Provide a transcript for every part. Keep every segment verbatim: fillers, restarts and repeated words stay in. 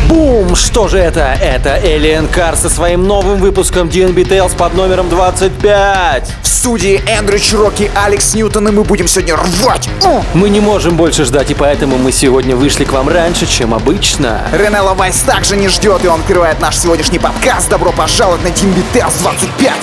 Бум! Что же это? Это Alien Car со своим новым выпуском ди энд би Tales под номером двадцать пять. В студии Эндрю Чироки, Алекс Ньютон, и мы будем сегодня рвать. Мы не можем больше ждать, и поэтому мы сегодня вышли к вам раньше, чем обычно. Рене Лавайс также не ждет, и он открывает наш сегодняшний подкаст. Добро пожаловать на ди энд би Tales двадцать пять.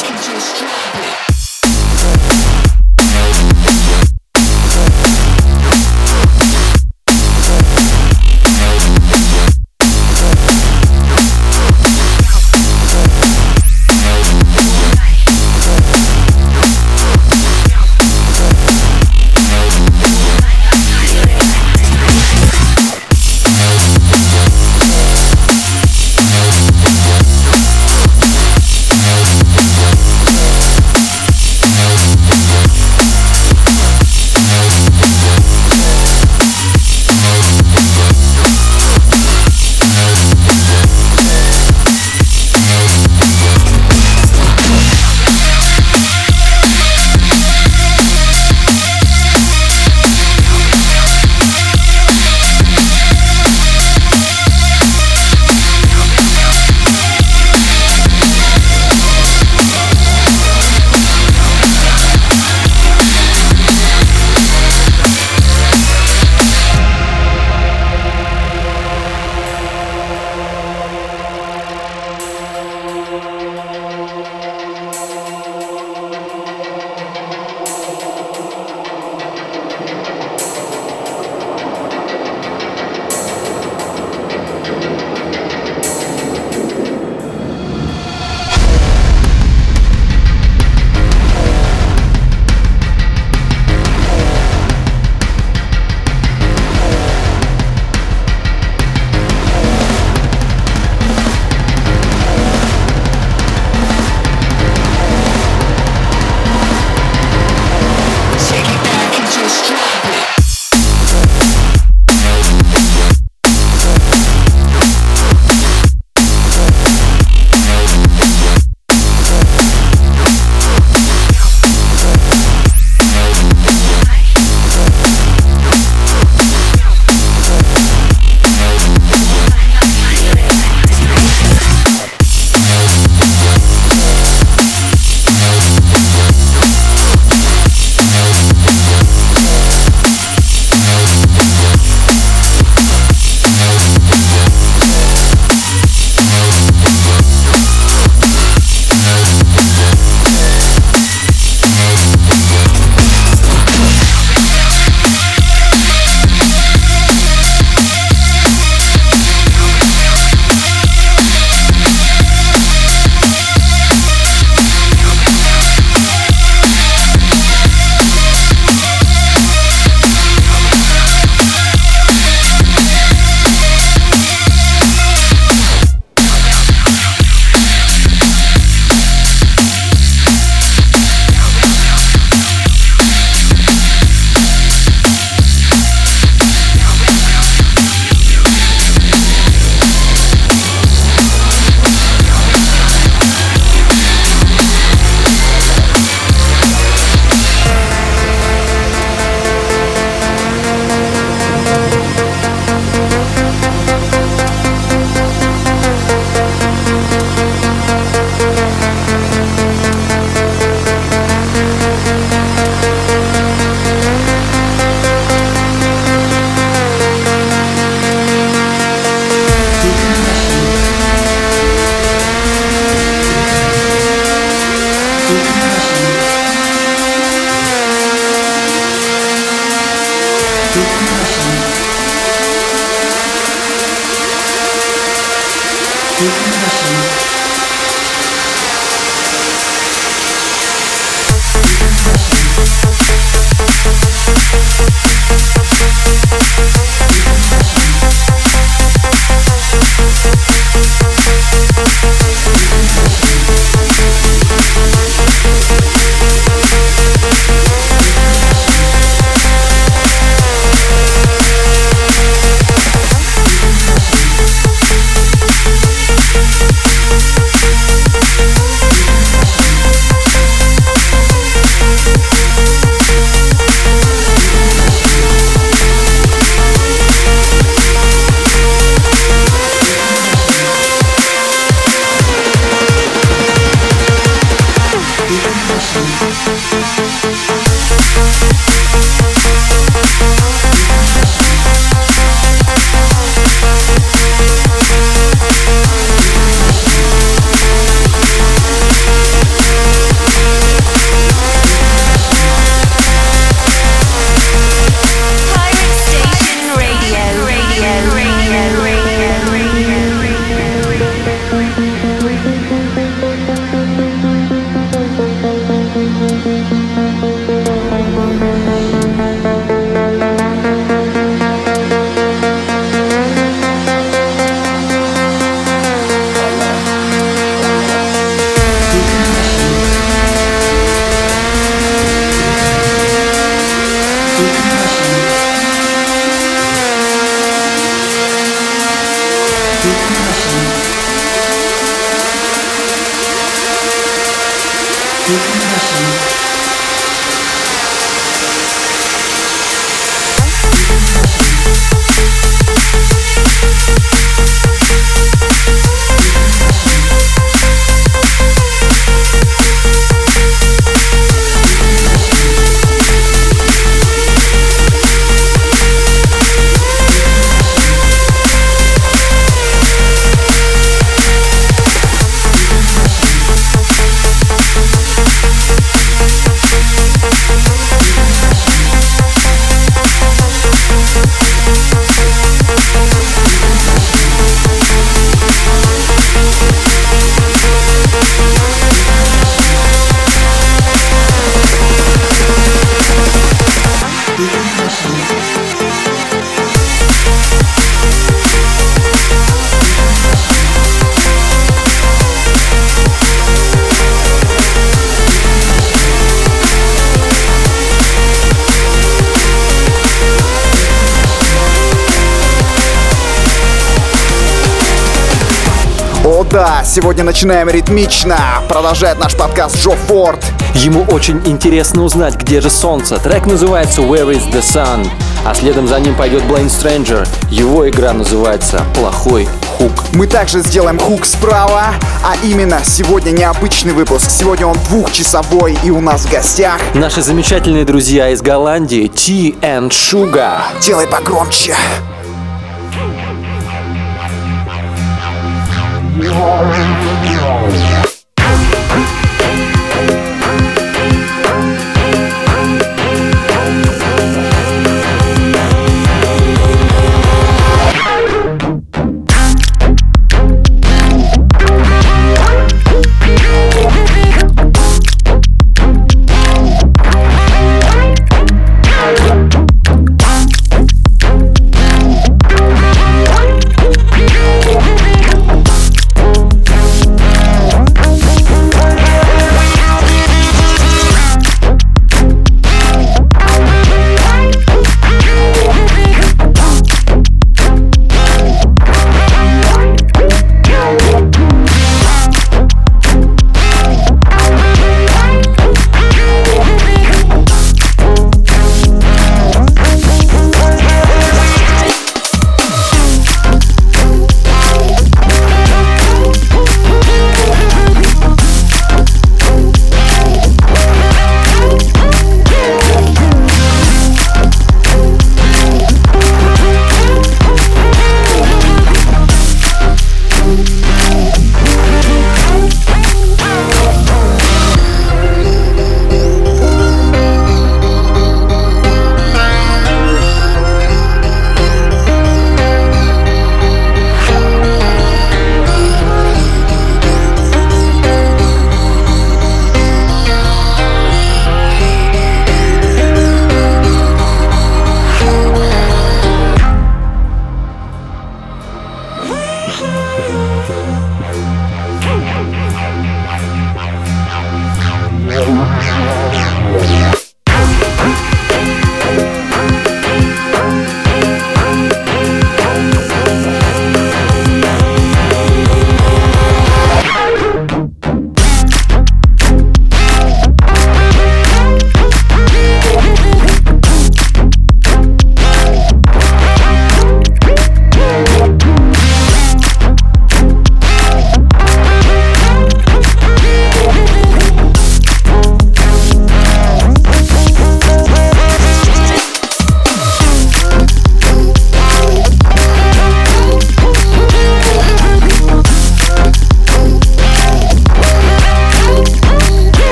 О да, сегодня начинаем ритмично. Продолжает наш подкаст Джо Форд. Ему очень интересно узнать, где же солнце. Трек называется Where is the Sun, а следом за ним пойдет Blind Stranger. Его игра называется Плохой хук. Мы также сделаем хук справа, а именно сегодня необычный выпуск. Сегодня он двухчасовой, и у нас в гостях наши замечательные друзья из Голландии Tea and Sugar. Делай погромче.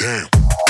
goddamn.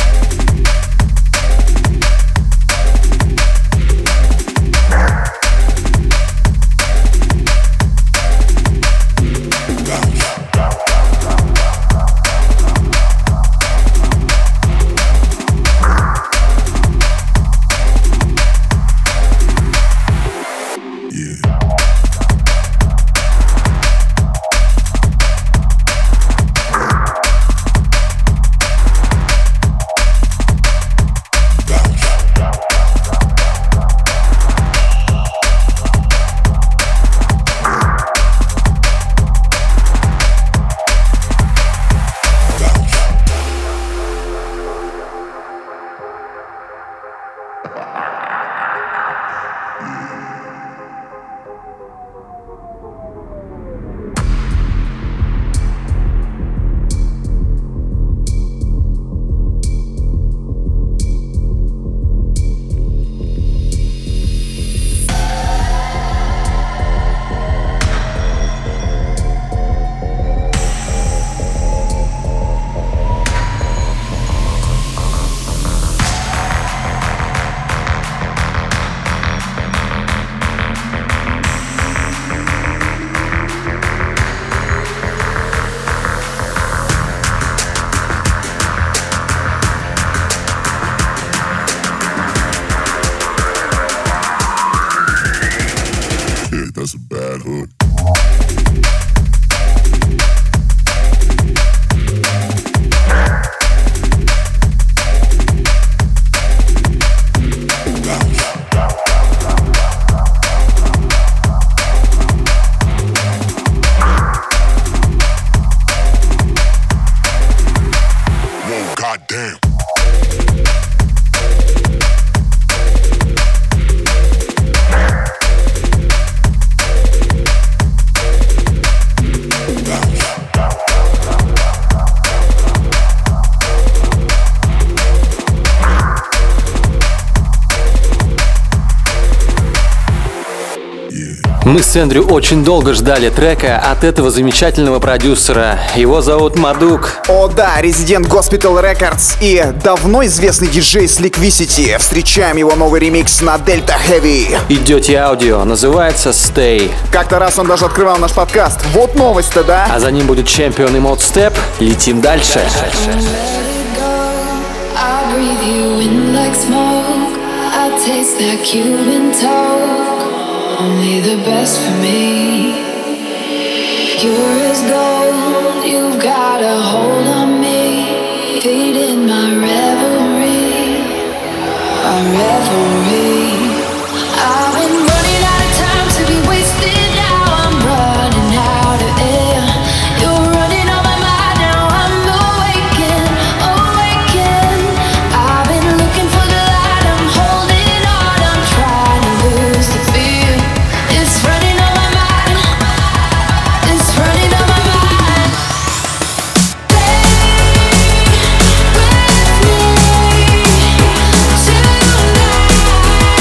That's a bad hook. Whoa, goddamn. Мы с Эндрю очень долго ждали трека от этого замечательного продюсера. Его зовут Мадук. О да, резидент Gospel Records и давно известный диджей Slickvisity. Встречаем его новый ремикс на Delta Heavy. Идете аудио, называется Stay. Как-то раз он даже открывал наш подкаст. Вот новость-то, да? А за ним будет чемпион и Mod Step. Летим дальше. Only the best for me. You're as gold, you've got a hold on me, feeding my revelry, my revelry. I've been running out of time to be wasted. Now I'm running out of air. You're running on my mind. Now I'm awakened, awakened. I've been looking for the light. I'm holding on. I'm trying to lose the fear. It's running on my mind. It's running on my mind. Stay with me tonight.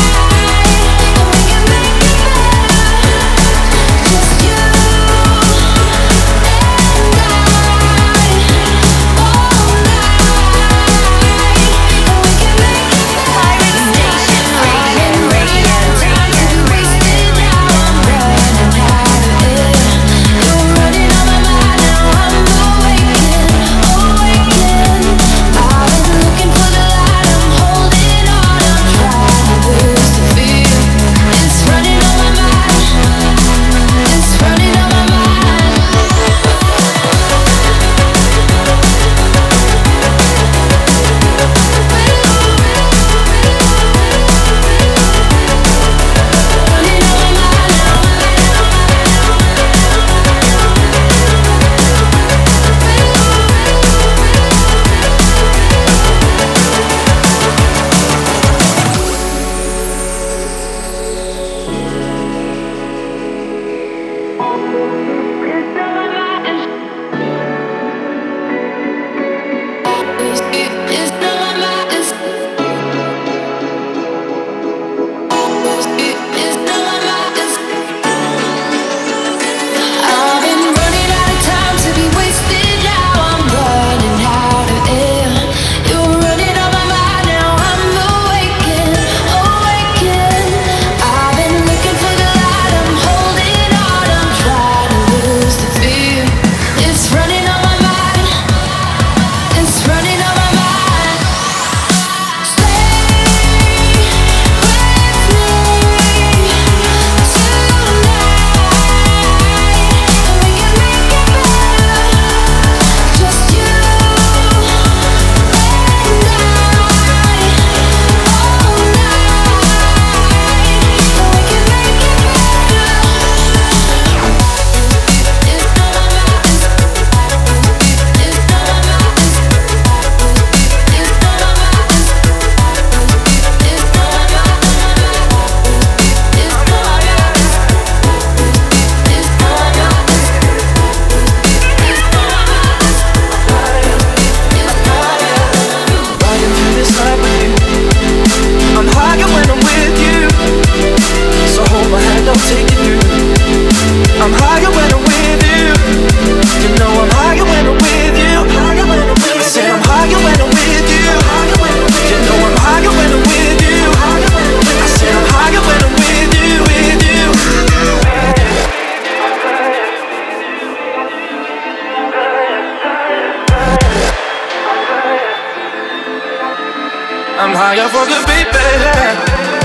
I'm higher for the beat, baby.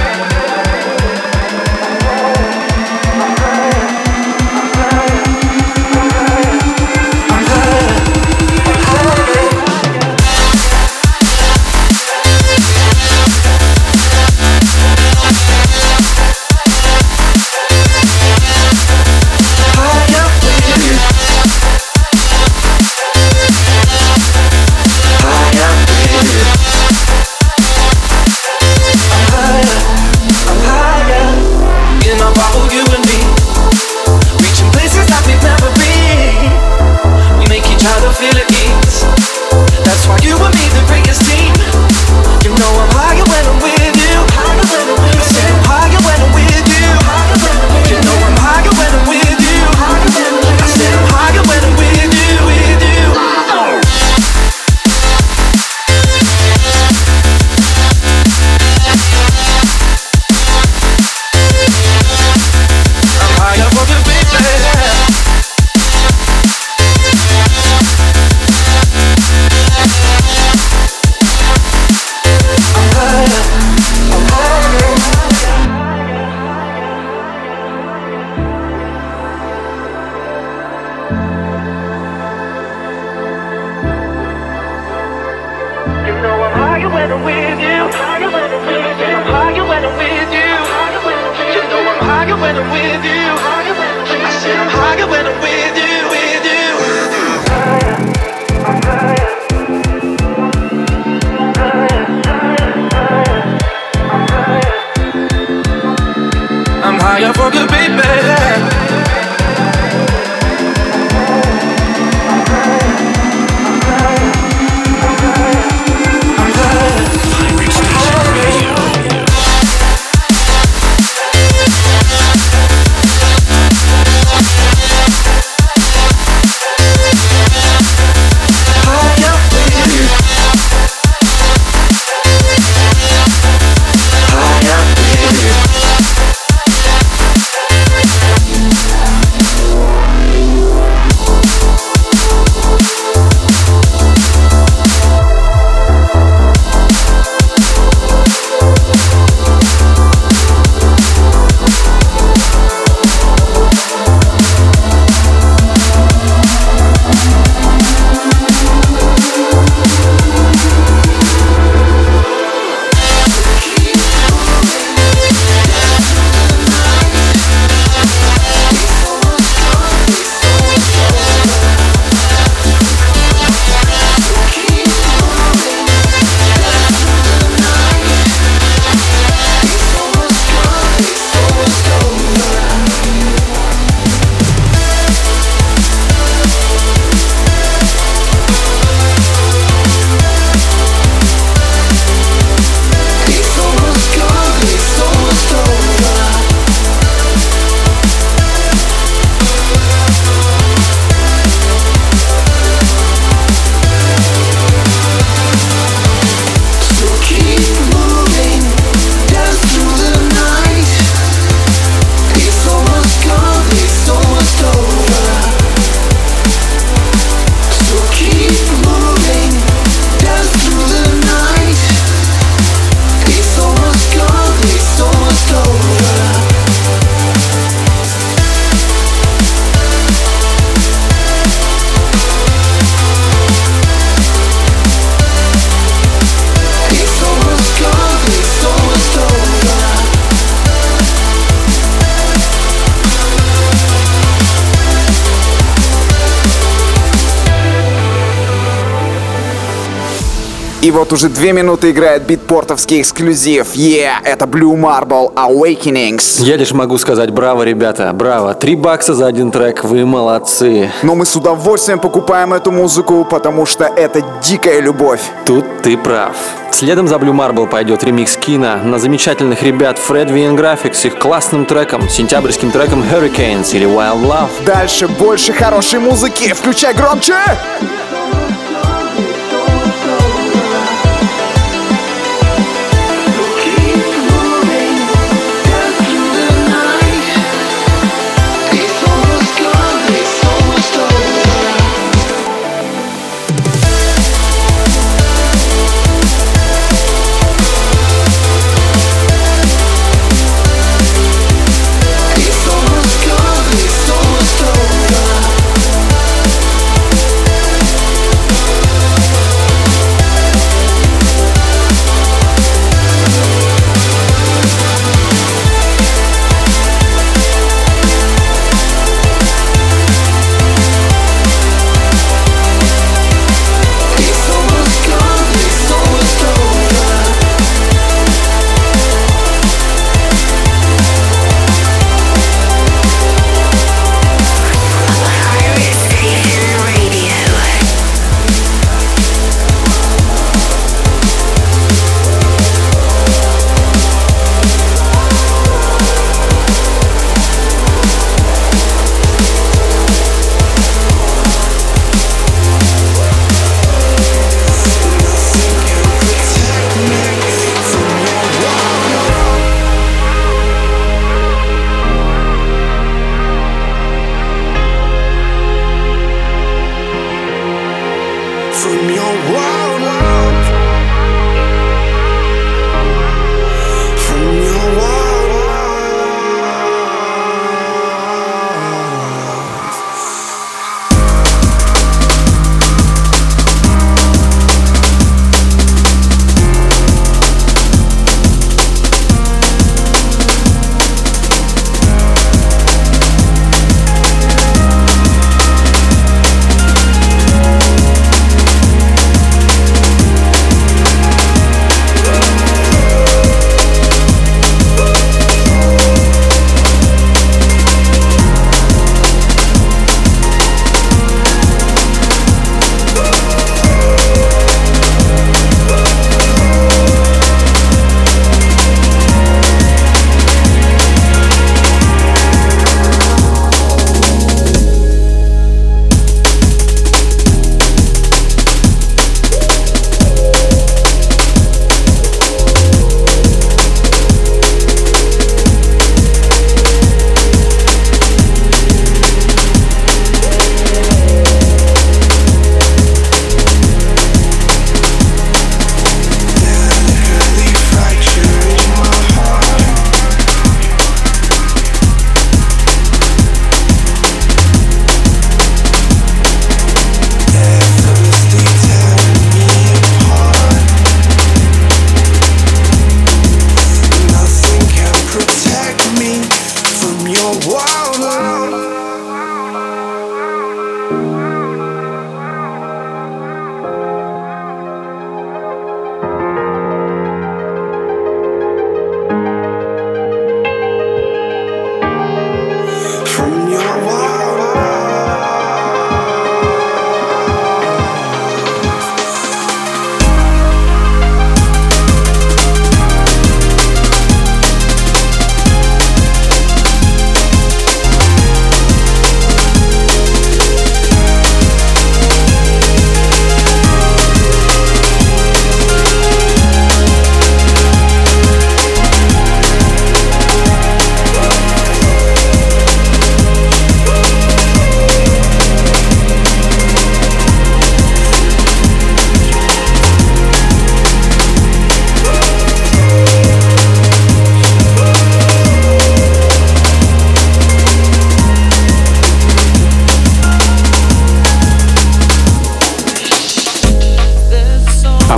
И вот уже две минуты играет битпортовский эксклюзив. Yeah, это Blue Marble Awakenings. Я лишь могу сказать браво, ребята, браво. Три бакса за один трек, вы молодцы. Но мы с удовольствием покупаем эту музыку, потому что это дикая любовь. Тут ты прав. Следом за Blue Marble пойдет ремикс Кина на замечательных ребят Fred ви эн Graphics с их классным треком, сентябрьским треком Hurricanes или Wild Love. Дальше больше хорошей музыки, включай громче!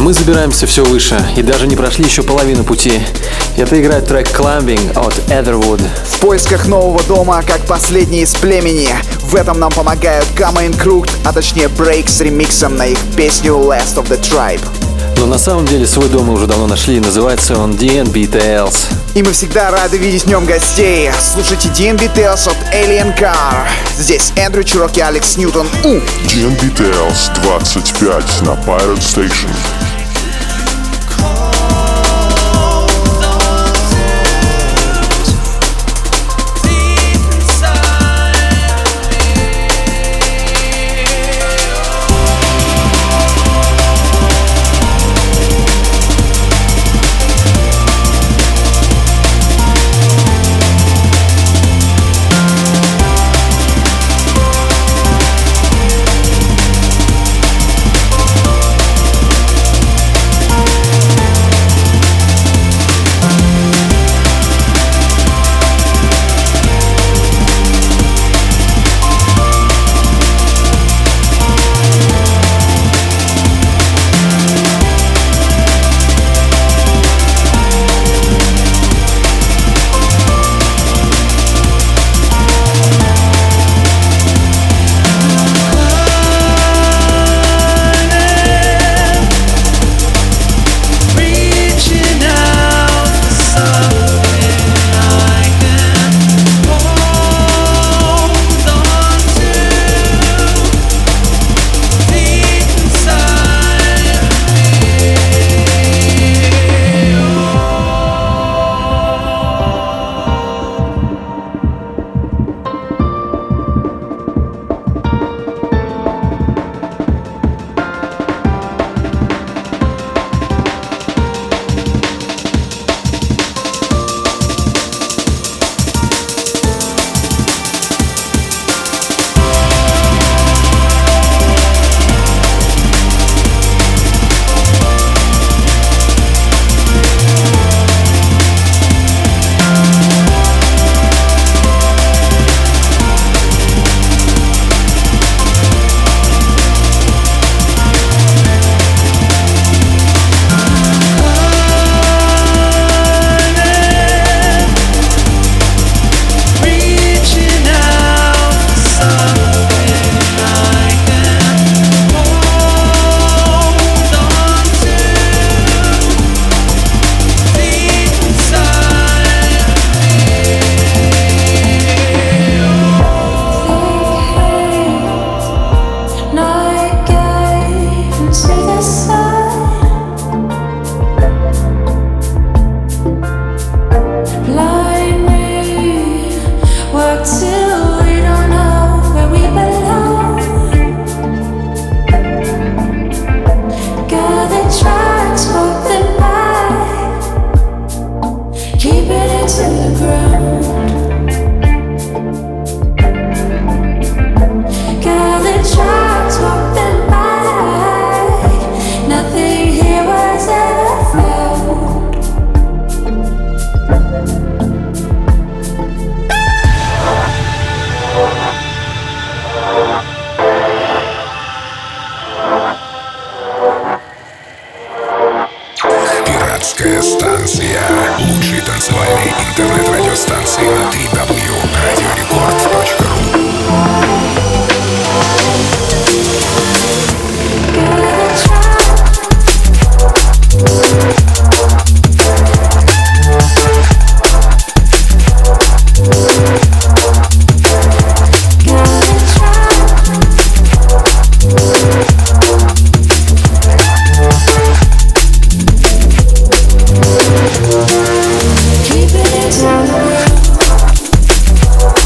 мы забираемся все выше и даже не прошли еще половину пути. Это играет трек Climbing от Etherwood. В поисках нового дома, как последний из племени. В этом нам помогают Gamma and Crooked, а точнее Break с ремиксом на их песню Last of the Tribe. Но на самом деле свой дом мы уже давно нашли, называется он ди энд би Tales. И мы всегда рады видеть в нем гостей. Слушайте ди энд би Tales от Alien Car. Здесь Эндрю Чурок и Алекс Ньютон. У! ди энд би Tales двадцать пять на Pirate Station. Пиратская станция. Лучшие танцевальные интернет-радиостанции на дабл ю дабл ю дабл ю точка радиорекорд точка ру. Keep it inside.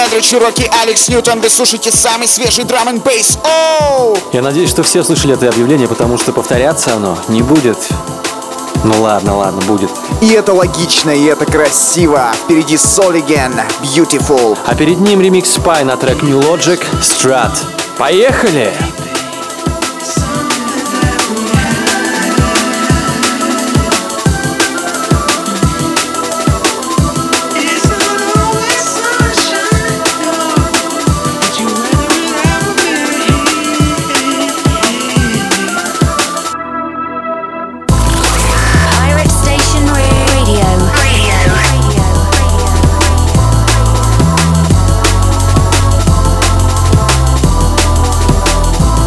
Элдридж, Чироки, Алекс Ньютон. Вы слушаете самый свежий драм н бейс. Оу! Я надеюсь, что все слышали это объявление, потому что повторяться оно не будет. Ну ладно, ладно, будет. И это логично, и это красиво. Впереди Soligen, Beautiful. А перед ним ремикс Spy на трек New Logic, Strat. Поехали! Radio.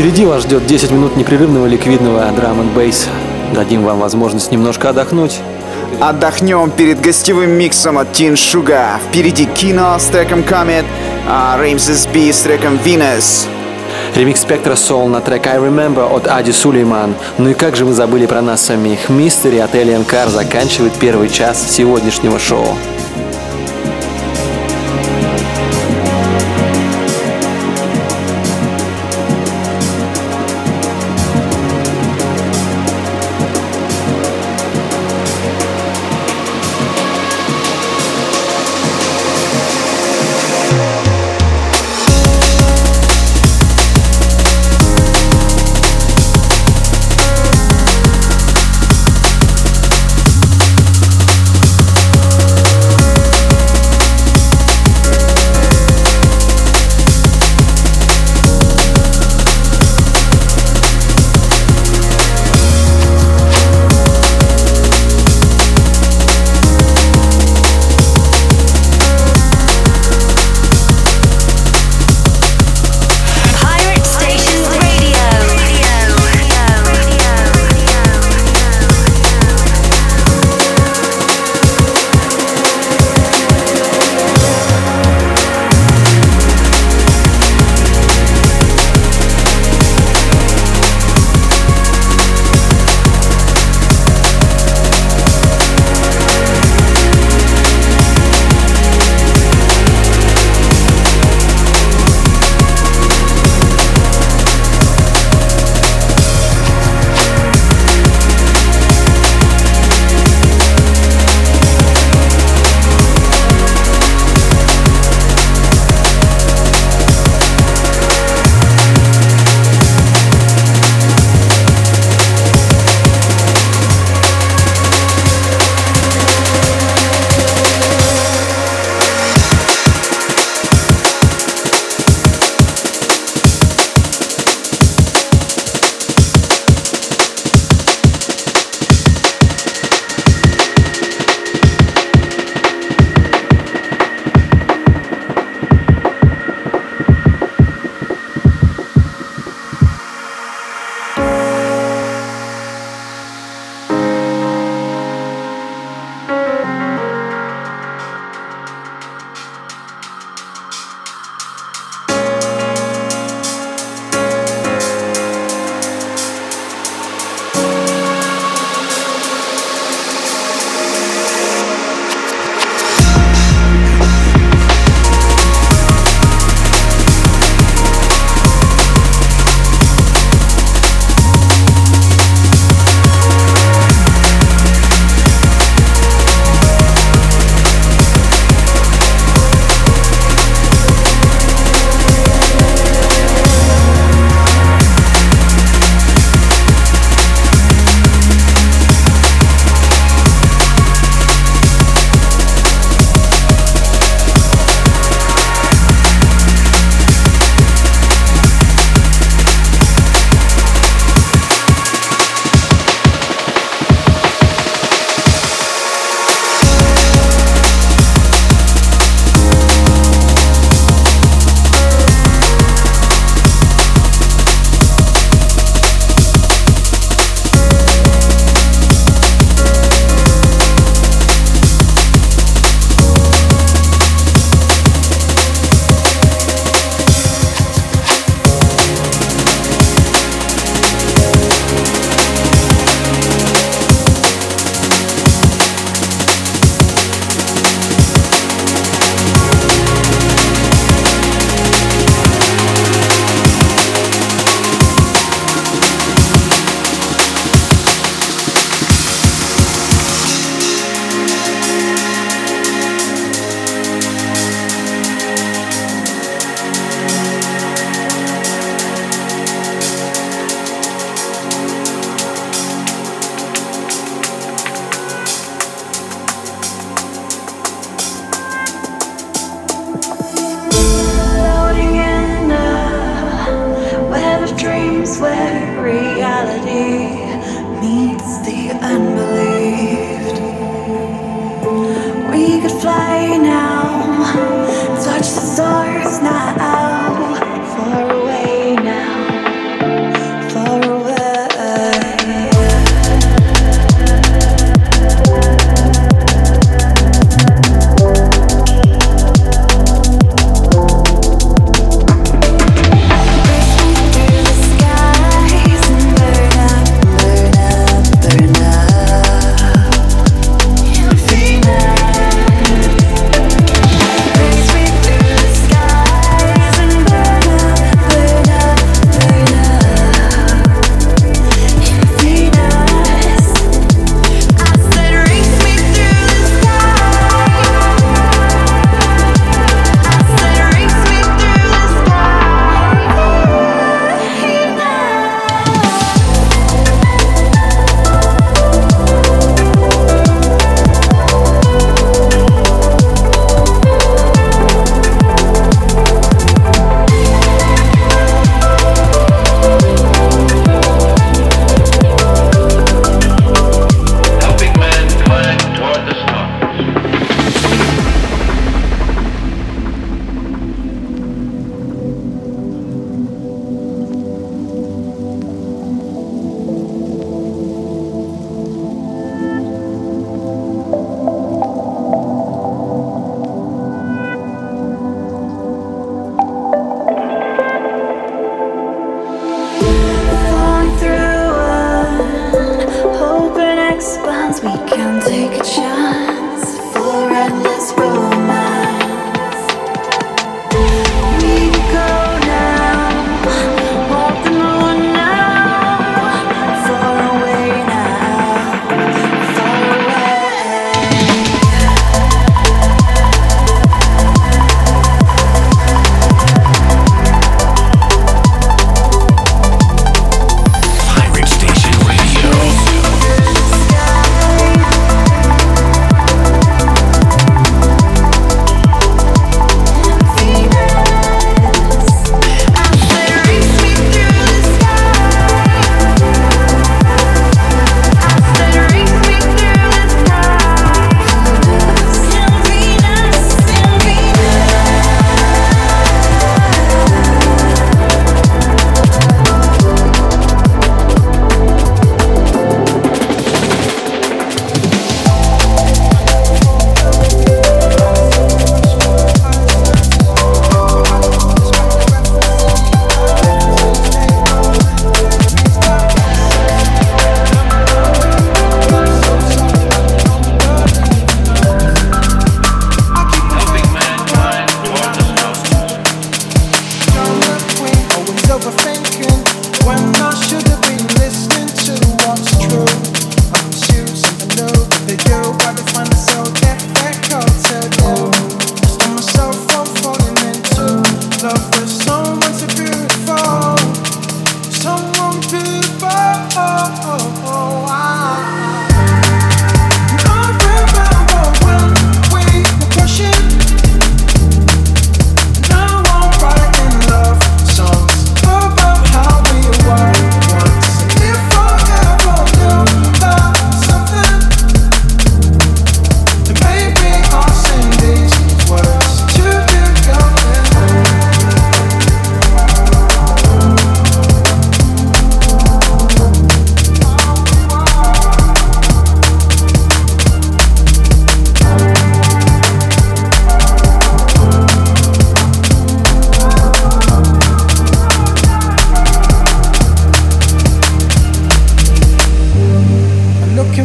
Впереди вас ждет десять минут непрерывного ликвидного драм н бейс. Дадим вам возможность немножко отдохнуть. Отдохнем перед гостевым миксом от Teen Sugar. Впереди Кино с треком Comet, а Рамзес Би с треком Venus. Ремикс Spectra Soul на трек I Remember от Ади Сулейман. Ну и как же мы забыли про нас самих. Mystery от Alien Car заканчивает первый час сегодняшнего шоу.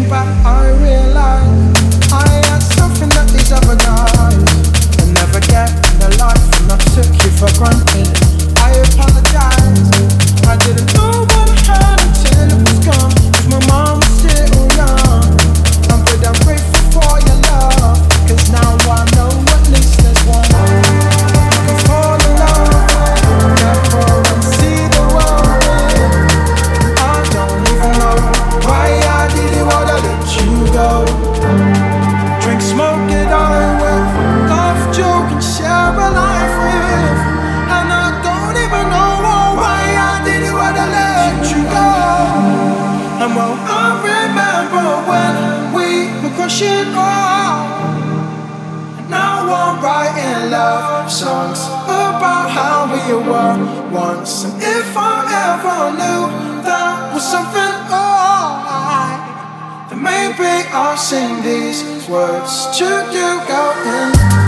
looking back, I realize I had something that these other guys will never get in their life, and I took you for granted. I apologize. I didn't know what I had until it was gone, 'cause my mom was still young. I'm but I'm grateful for your love, 'cause now I know at least there's one. You can fall in love, never and see the world. I don't even know why I did it, what I let you go. Drink, smoke it all with, laugh, joke and share a life with. And I don't even know why I did it, what I let you go. And well, I remember when we were crushing all. And now I'm writing love songs about how we were once. And if I ever knew that was something alright, then maybe I'll sing these words to you, girl.